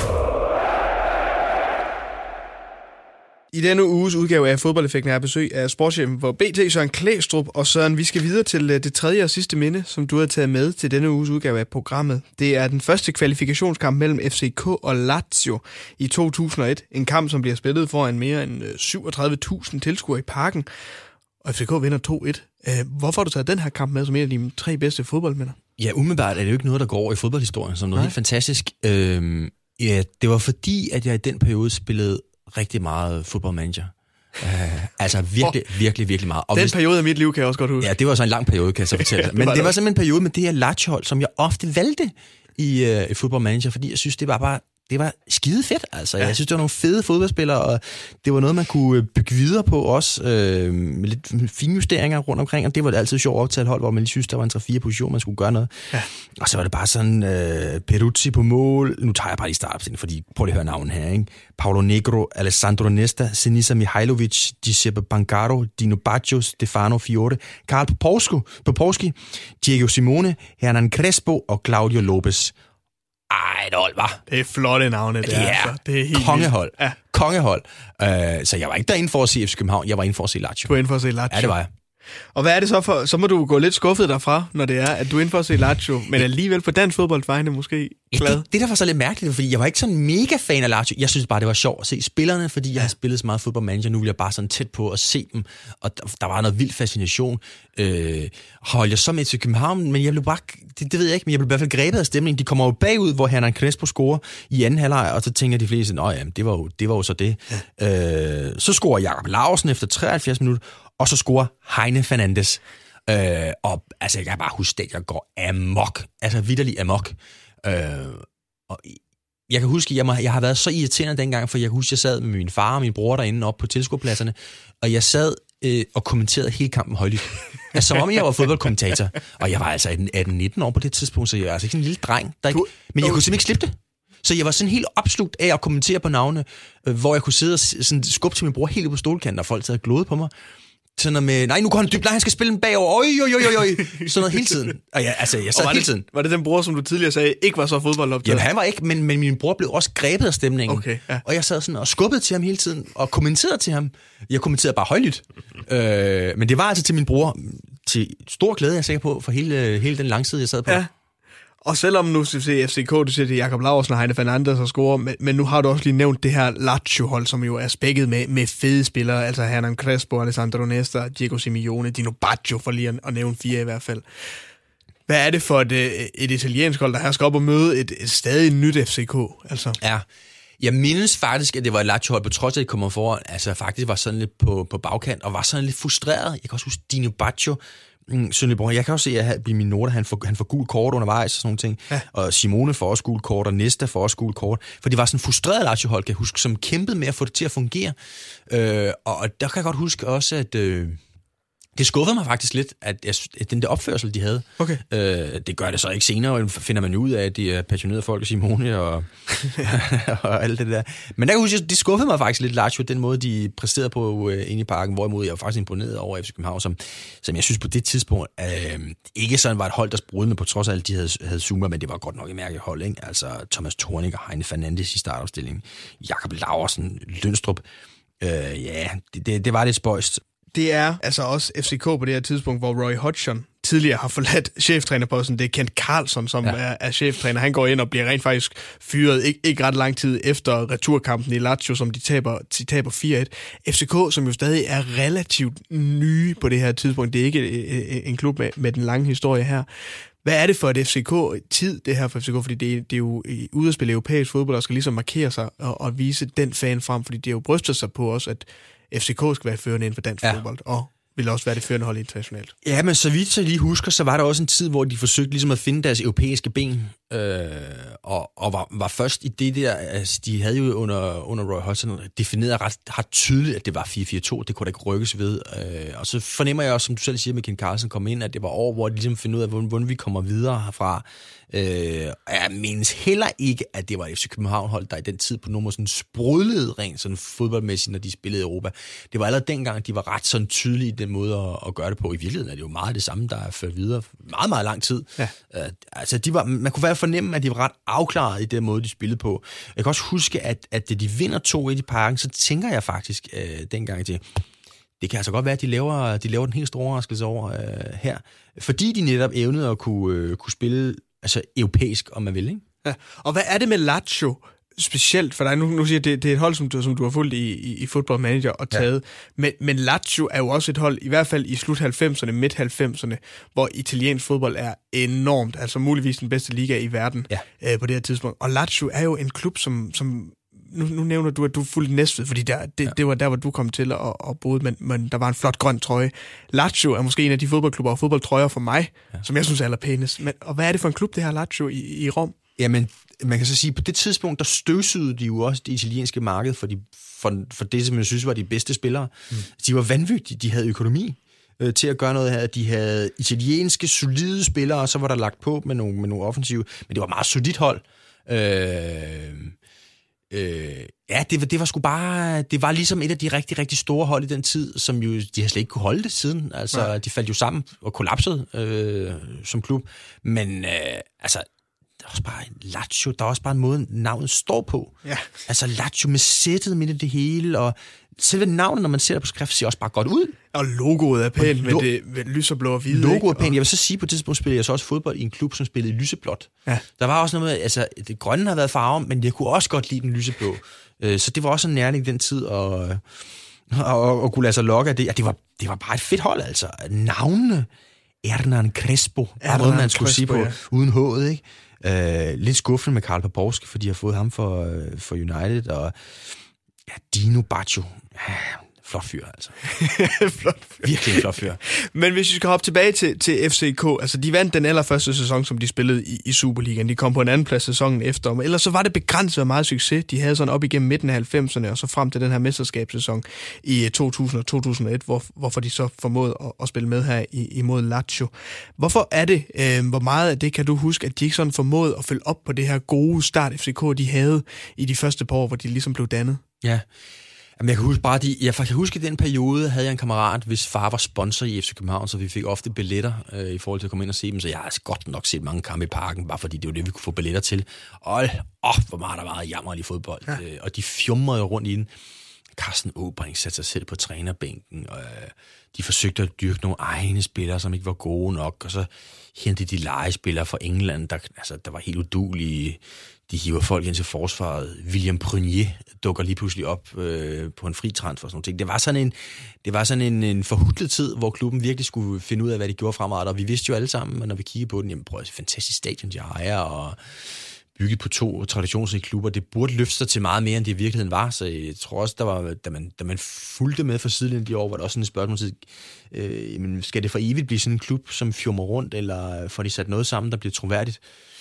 I denne uges udgave af Fodboldeffekten er besøg af sportschefen for BT, Søren Klæstrup. Og Søren, vi skal videre til det tredje og sidste minde, som du har taget med til denne uges udgave af programmet. Det er den første kvalifikationskamp mellem FCK og Lazio i 2001. En kamp, som bliver spillet foran mere end 37.000 tilskuere i parken. Og FCK vinder 2-1. Hvorfor har du taget den her kamp med som en af de 3 bedste fodboldminder? Ja, umiddelbart er det jo ikke noget, der går over i fodboldhistorien som noget helt fantastisk. Ja, det var fordi, at jeg i den periode spillede rigtig meget fodboldmanager. Altså virkelig meget. Og periode af mit liv kan jeg også godt huske. Ja, det var så en lang periode, kan jeg så fortælle. Men det var simpelthen en periode med det her Lazio-hold, som jeg ofte valgte i fodboldmanager, fordi jeg synes, det var bare det var skide fedt, altså. Jeg synes, det var nogle fede fodboldspillere, og det var noget, man kunne bygge videre på også, med lidt fine justeringer rundt omkring, og det var altid sjovt at optage hold, hvor man lige synes, der var en 3-4 position, man skulle gøre noget. Ja. Og så var det bare sådan, Peruzzi på mål, nu tager jeg bare lige startopstillingen, fordi prøv lige at høre navnet her, ikke? Paolo Negro, Alessandro Nesta, Sinisa Mihajlovic, Giuseppe Bancaro, Dino Baggio, Stefano Fiore, Karl Popowski, Diego Simone, Hernan Crespo og Claudio Lopez. Ej, et hold, var. Det er flotte navne, det er. Altså. Det er helt kongehold. Ja. Kongehold. Så jeg var ikke derinde for at se FC København, jeg var inde for at se Lazio. Du var inde for at se Lazio? Ja, det var jeg. Og hvad er det så for? Så må du gå lidt skuffet derfra, når det er, at du er inde for at se Lazio, men alligevel på dansk fodboldvejene måske glad. Det der var så lidt mærkeligt, fordi jeg var ikke sådan mega fan af Lazio. Jeg synes bare, det var sjovt at se spillerne, fordi jeg har spillet så meget fodboldmanager. Nu vil jeg bare sådan tæt på at se dem, og der var noget vild fascination. Holdt jeg så med til København, men jeg blev bare, det ved jeg ikke, men jeg blev i hvert fald grebet af stemningen. De kommer jo bagud, hvor Hernan Crespo scorer i anden halvleg, og så tænker de fleste, det var jo så det. Ja. Så scorer Jakob Larsen efter 73 minutter, og så scorer Heine Fernandes. Og altså, jeg kan bare huske, at jeg går amok. Altså, vitterlig amok. Og jeg kan huske, jeg har været så irriterende dengang, for jeg kan huske, jeg sad med min far og min bror derinde oppe på tilskuerpladserne, og jeg sad og kommenterede hele kampen højlydt. Altså, som om jeg var fodboldkommentator. Og jeg var altså 18-19 år på det tidspunkt, så jeg var altså ikke en lille dreng. Men jeg kunne simpelthen ikke slippe det. Så jeg var sådan helt opslugt af at kommentere på navne, hvor jeg kunne sidde og sådan skubbe til min bror helt på stolkanten, og folk sad og glodede på mig. Sådan noget med, nej, nu går han dybt, nej, han skal spille den bagover, oj. Sådan noget hele tiden. Og jeg sad hele tiden. Var det den bror, som du tidligere sagde, ikke var så fodboldoptaget? Jamen, han var ikke, men min bror blev også grebet af stemningen. Okay, ja. Og jeg sad sådan og skubbede til ham hele tiden, og kommenterede til ham. Jeg kommenterede bare højlydt. Men det var altså til min bror, til stor glæde, jeg er sikker på, for hele den langside, jeg sad på. Ja. Og selvom nu skal vi se FCK, du siger, det er Jakob Larsen og Heine Fernandes og scorer, men nu har du også lige nævnt det her Lazio-hold, som jo er spækket med fede spillere, altså Hernan Crespo, Alessandro Nesta, Diego Simeone, Dino Baggio, for lige at nævne 4 i hvert fald. Hvad er det for et italiensk hold, der her skal op og møde et stadig nyt FCK? Altså? Ja, jeg mindes faktisk, at det var et Lazio-hold, på trods af, at det kommer foran, altså faktisk var sådan lidt på bagkant, og var sådan lidt frustreret. Jeg kan også huske Dino Baggio, jeg kan også se, at i mine noter, han får gul kort undervejs og sådan nogle ting. Ja. Og Simone får også gul kort, og Nesta får også gul kort. For det var sådan en frustreret Lazio-hold, kan jeg huske, som kæmpede med at få det til at fungere. Og der kan jeg godt huske også, at det skuffede mig faktisk lidt, at den der opførsel, de havde. Okay. Det gør det så ikke senere, finder man ud af, at de er passionerede folk af Simone og alt det der. Men der kan jeg huske, det skuffede mig faktisk lidt, Lazio, den måde, de præsterede på inde i parken, hvorimod jeg var faktisk imponeret over FC København, som jeg synes på det tidspunkt ikke sådan var et hold, der sprudede med, på trods af alt, de havde zoomer, men det var godt nok et mærkeligt hold, ikke? Altså Thomas Thorning og Heine Fernandes i startopstillingen, Jakob Larsen, Lønstrup, det var lidt spøjst. Det er altså også FCK på det her tidspunkt, hvor Roy Hodgson tidligere har forladt cheftrænerposten. Det er Kent Carlson, som er cheftræner. Han går ind og bliver rent faktisk fyret ikke ret lang tid efter returkampen i Lazio, som de taber 4-1. FCK, som jo stadig er relativt nye på det her tidspunkt. Det er ikke en klub med den lange historie her. Hvad er det for et FCK-tid, det her for FCK? Fordi det er jo ude at spille europæisk fodbold, og skal ligesom markere sig og vise den fan frem, fordi det er jo brystet sig på os, at FCK skal være førende inden for dansk fodbold, og vil også være det førende hold internationalt. Ja, men så vidt jeg lige husker, så var der også en tid, hvor de forsøgte ligesom at finde deres europæiske ben, og var først i det der, altså de havde jo under Roy Hodgson defineret ret tydeligt, at det var 4-4-2, det kunne der ikke rykkes ved, og så fornemmer jeg også, som du selv siger med Ken Carlsen kom ind, at det var år, hvor de ligesom finder ud af, hvordan vi kommer videre herfra. Jeg mindes heller ikke, at det var FC København-hold, der i den tid på nogen måde sådan sprudlede rent sådan fodboldmæssigt, når de spillede i Europa. Det var allerede dengang, at de var ret sådan tydelige i den måde at gøre det på. I virkeligheden er det jo meget det samme, der er ført videre meget, meget lang tid. Ja. Altså, man kunne være fornemme, at de var ret afklaret i den måde, de spillede på. Jeg kan også huske, at da de vinder 2-1 i parken, så tænker jeg faktisk dengang til, det kan altså godt være, at de laver den helt store overraskelse over her, fordi de netop evnede at kunne spille altså europæisk, om man vil, ikke? Ja. Og hvad er det med Lazio specielt for dig? Nu siger jeg, det er et hold, som du har fulgt i Football Manager og taget. Ja. Men Lazio er jo også et hold, i hvert fald i slut 90'erne, midt 90'erne, hvor italiensk fodbold er enormt, altså muligvis den bedste liga i verden på det her tidspunkt. Og Lazio er jo en klub, som nu nævner du, at du fulgte Næstved, fordi det var der, hvor du kom til og boede, men der var en flot grøn trøje. Lazio er måske en af de fodboldklubber og fodboldtrøjer for mig, som jeg synes er allerpænest. Og hvad er det for en klub, det her Lazio i Rom? Jamen, man kan så sige, at på det tidspunkt, der støvsugede de jo også det italienske marked for det, som jeg synes var de bedste spillere. De var vanvittige, de havde økonomi til at gøre noget her. De havde italienske, solide spillere, og så var der lagt på med nogle offensive, men det var meget solidt hold. Det var sgu bare, det var ligesom et af de rigtig, rigtig store hold i den tid, som jo, de har slet ikke kunne holde det siden. Altså, de faldt jo sammen og kollapsede som klub. Men der er også bare Lazio, der er også bare en måde, navnet står på. Ja. Altså Lazio med sættet midt i det hele, og selve navnet, når man ser det på skrift, ser også bare godt ud. Og logoet er pænt med det lyseblå og hvide. Logoet er pænt. Jeg vil så sige, på det tidspunkt spillede jeg så også fodbold i en klub, som spillede i lyseblåt. Ja. Der var også noget med, altså det grønne har været farven, men jeg kunne også godt lide den lyseblå. Så det var også en nærlig den tid, og kunne lade sig lokke af det. Ja, det var bare et fedt hold, altså. Navnene, Hernan Crespo, er noget, man skulle sige på, ja. Uden H'et, ikke? Lidt skuffende med Karl Popowski, fordi de har fået ham for United, og ja, Dino Baccio, flot fyr, altså. Flot fyr. Virkelig en flot fyr. Men hvis vi skal hoppe tilbage til FCK, altså de vandt den allerførste sæson, som de spillede i Superligaen. De kom på en anden plads sæsonen efter, men ellers så var det begrænset af meget succes. De havde sådan op igennem midten af 90'erne, og så frem til den her mesterskabssæson i 2000 og 2001, hvorfor de så formåede at spille med her imod Lazio. Hvorfor er det, hvor meget af det kan du huske, at de ikke sådan formåede at følge op på det her gode start FCK, de havde i de første par år, hvor de ligesom blev dannet? Ja. Jamen, jeg kan huske, at i den periode havde jeg en kammerat, hvis far var sponsor i FC København, så vi fik ofte billetter i forhold til at komme ind og se dem, så jeg har altså godt nok set mange kampe i Parken, bare fordi det var det, vi kunne få billetter til. Og hvor meget der var jammerlig fodbold, ja. Og de fjumrede rundt i den. Carsten Åbring satte sig selv på trænerbænken, og de forsøgte at dyrke nogle egne spillere, som ikke var gode nok, og så hentede de legespillere fra England, der var helt uduelige. De hiver folk ind til forsvaret. William Prunier dukker lige pludselig op på en fri transfer og sådan noget. Det var sådan en forhutlet tid, hvor klubben virkelig skulle finde ud af, hvad de gjorde fremadrettet. Og vi vidste jo alle sammen, når vi kiggede på den, jamen prøv, fantastisk stadion, de ejer, og bygget på 2 traditionsrige klubber. Det burde løfte sig til meget mere, end det i virkeligheden var. Så jeg tror også, da man fulgte med for sidelinjen de år, var der også sådan et spørgsmål til, skal det for evigt blive sådan en klub, som fjummer rundt, eller får de sat noget sammen, der bliver troværdigt?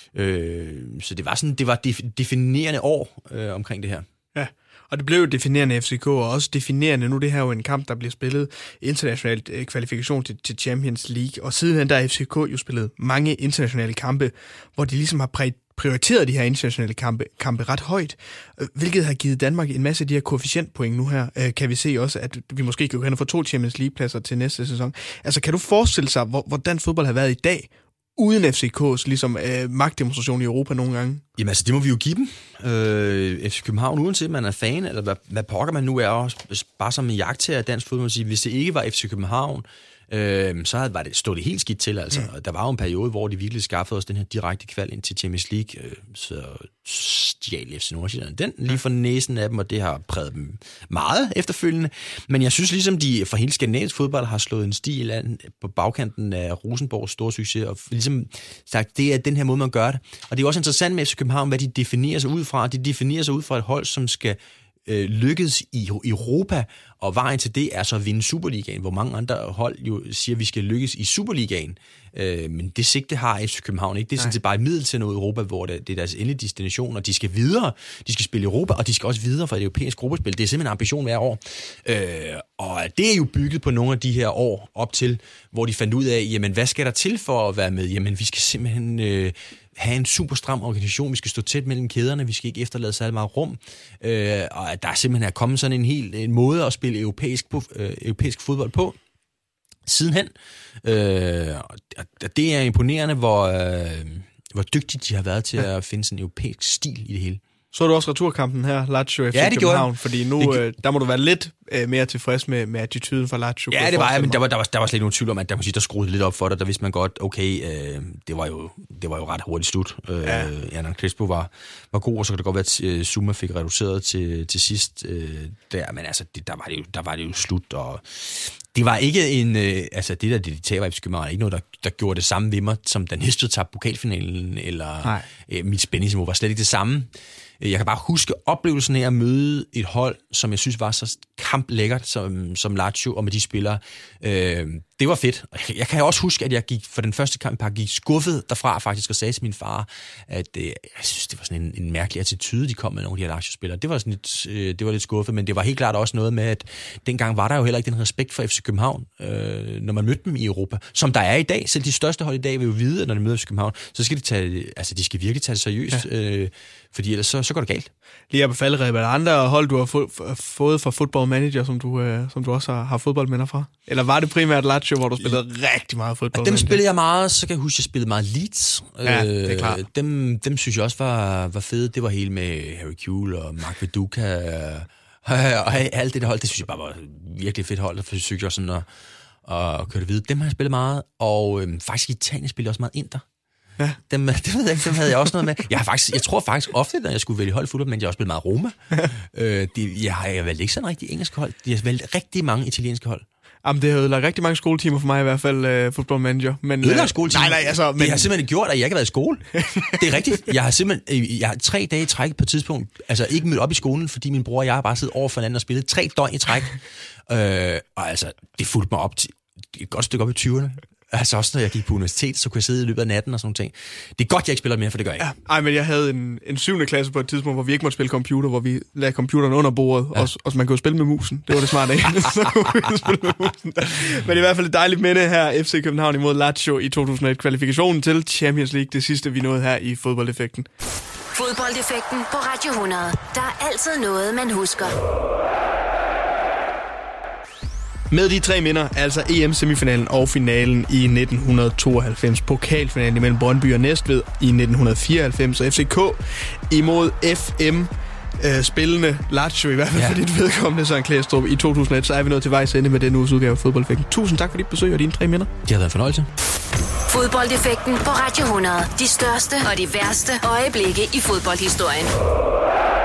Så det var definerende år omkring det her. Ja, og det blev jo definerende FCK, og også definerende nu. Det her jo en kamp, der bliver spillet internationalt kvalifikation til Champions League, og sidenhen der har FCK jo spillet mange internationale kampe, hvor de ligesom har prioriteret de her internationale kampe ret højt, hvilket har givet Danmark en masse af de her koefficientpoint nu her. Kan vi se også, at vi måske kan gå hen og få 2 Champions League-pladser til næste sæson. Altså, kan du forestille sig, hvordan fodbold har været i dag, uden FCK's ligesom magtdemonstration i Europa nogle gange? Jamen altså, det må vi jo give dem. FC København, uanset man er fan, eller hvad pokker man nu er, også bare som en jagttager af dansk fodbold, sige, hvis det ikke var FC København, så stod det helt skidt til, altså. Der var jo en periode, hvor de virkelig skaffede os den her direkte kval ind til Champions League, så stjal FC Nordsjælland den lige for næsen af dem, og det har præget dem meget efterfølgende. Men jeg synes ligesom, de for hele skandinavisk fodbold har slået en stil an på bagkanten af Rosenborgs store succes, og ligesom sagt, det er den her måde, man gør det. Og det er også interessant med FC København, hvad de definerer sig ud fra. De definerer sig ud fra et hold, som skal lykkes i Europa, og vejen til det er så at vinde Superligaen, hvor mange andre hold jo siger, at vi skal lykkes i Superligaen. Men det sigte har FC København ikke. Det er sådan set bare et middel til noget Europa, hvor det er deres endelige destination, og de skal videre. De skal spille Europa, og de skal også videre fra det europæiske gruppespil. Det er simpelthen en ambition hver år. Og det er jo bygget på nogle af de her år op til, hvor de fandt ud af, jamen hvad skal der til for at være med? Jamen vi skal simpelthen have en super stram organisation, vi skal stå tæt mellem kæderne, vi skal ikke efterlade særlig meget rum, og at der simpelthen er kommet sådan en måde at spille europæisk fodbold på sidenhen. Det er imponerende, hvor dygtige de har været til at finde sådan en europæisk stil i det hele. Så er du også returkampen her, Lazio FC København, fordi nu der må du være lidt mere tilfreds med attituden fra Lazio. Ja, det var jeg, men der var slet ikke nogen tvivl om, at der skruede lidt op for dig. Der vidste man godt, okay, det var jo ret hurtigt slut. Hernan Crespo var god, og så kan det godt være, at Zuma fik reduceret til sidst der, men altså, der var det jo slut, og det var ikke det der, de taber i FC København, ikke noget, der gjorde det samme ved mig, som da Næstved tabte pokalfinalen, eller mit spændingsniveau var slet ikke det samme. Jeg kan bare huske oplevelsen af at møde et hold, som jeg synes var så kamplækkert som Lazio, og med de spillere. Det var fedt. Jeg kan også huske, at jeg gik for den første kamp gik skuffet derfra faktisk, og sagde til min far, at jeg synes, det var sådan en mærkelig attitude, de kom med nogle af de her Lazio-spillere. Det var lidt skuffet, men det var helt klart også noget med, at dengang var der jo heller ikke den respekt for FC København, når man mødte dem i Europa, som der er i dag. Selv de største hold i dag vil jo vide, at når de møder FC København, så skal de skal virkelig tage det seriøst, fordi ellers så går det galt. Lige på falderebet, er der andre hold, du har fået fra Football Manager, som du også har fodboldminder fra? Eller var det primært Lazio, hvor du spillede rigtig meget fodbold? Dem spillede jeg meget, så kan jeg huske, at jeg spillede meget Leeds. Ja, det er klart. Dem synes jeg også var fede. Det var hele med Harry Kewell og Mark Viduka og alt det der hold. Det synes jeg bare var virkelig fedt hold. Der forsøgte jeg også sådan at køre det videre. Dem har jeg spillet meget, og faktisk i Italien spillede jeg også meget Inter. Ja. Dem havde jeg også noget med. Jeg tror faktisk ofte, når jeg skulle vælge hold i fodbold, men jeg har også spillet meget Roma. Jeg har valgt ikke sådan rigtig engelsk hold. Jeg har valgt rigtig mange italienske hold. Jamen, det har ødelagt rigtig mange skoletimer for mig i hvert fald, Football Manager. Men, ødelagt skoletimer? Nej, altså... Det har simpelthen gjort, at jeg ikke har været i skole. Det er rigtigt. Jeg har 3 dage i træk på et tidspunkt, altså ikke mødt op i skolen, fordi min bror og jeg har bare siddet over for hinanden og spillet 3 døgn i træk. Og altså, det fulgte mig op til et godt stykke op i 20'erne. Altså også når jeg gik på universitet, så kunne jeg sidde i løbet af natten og sådan nogle ting. Det er godt, jeg ikke spiller mere, for det gør jeg ikke. Ja, men jeg havde en 7. klasse på et tidspunkt, hvor vi ikke måtte spille computer, hvor vi lagde computeren under bordet, og så man kunne spille med musen. Det var det smarte af. Så kunne vi spille med musen. Men det er i hvert fald et dejligt minde her, FC København imod Lazio i 2001. Kvalifikationen til Champions League, det sidste vi nåede her i Fodboldeffekten. Fodboldeffekten på Radio 100. Der er altid noget, man husker. Med de 3 minder, altså EM-semifinalen og finalen i 1992, pokalfinalen imellem Brøndby og Næstved i 1994, og FCK imod FM spillende Lazio, i hvert fald for dit vedkommende, Søren Klæstrup, i 2001, så er vi nået til vejs ende med denne uges udgave af Fodboldeffekten. Tusind tak for dit besøg og dine 3 minder. Det har været en fornøjelse. Fodboldeffekten på Radio 100. De største og de værste øjeblikke i fodboldhistorien.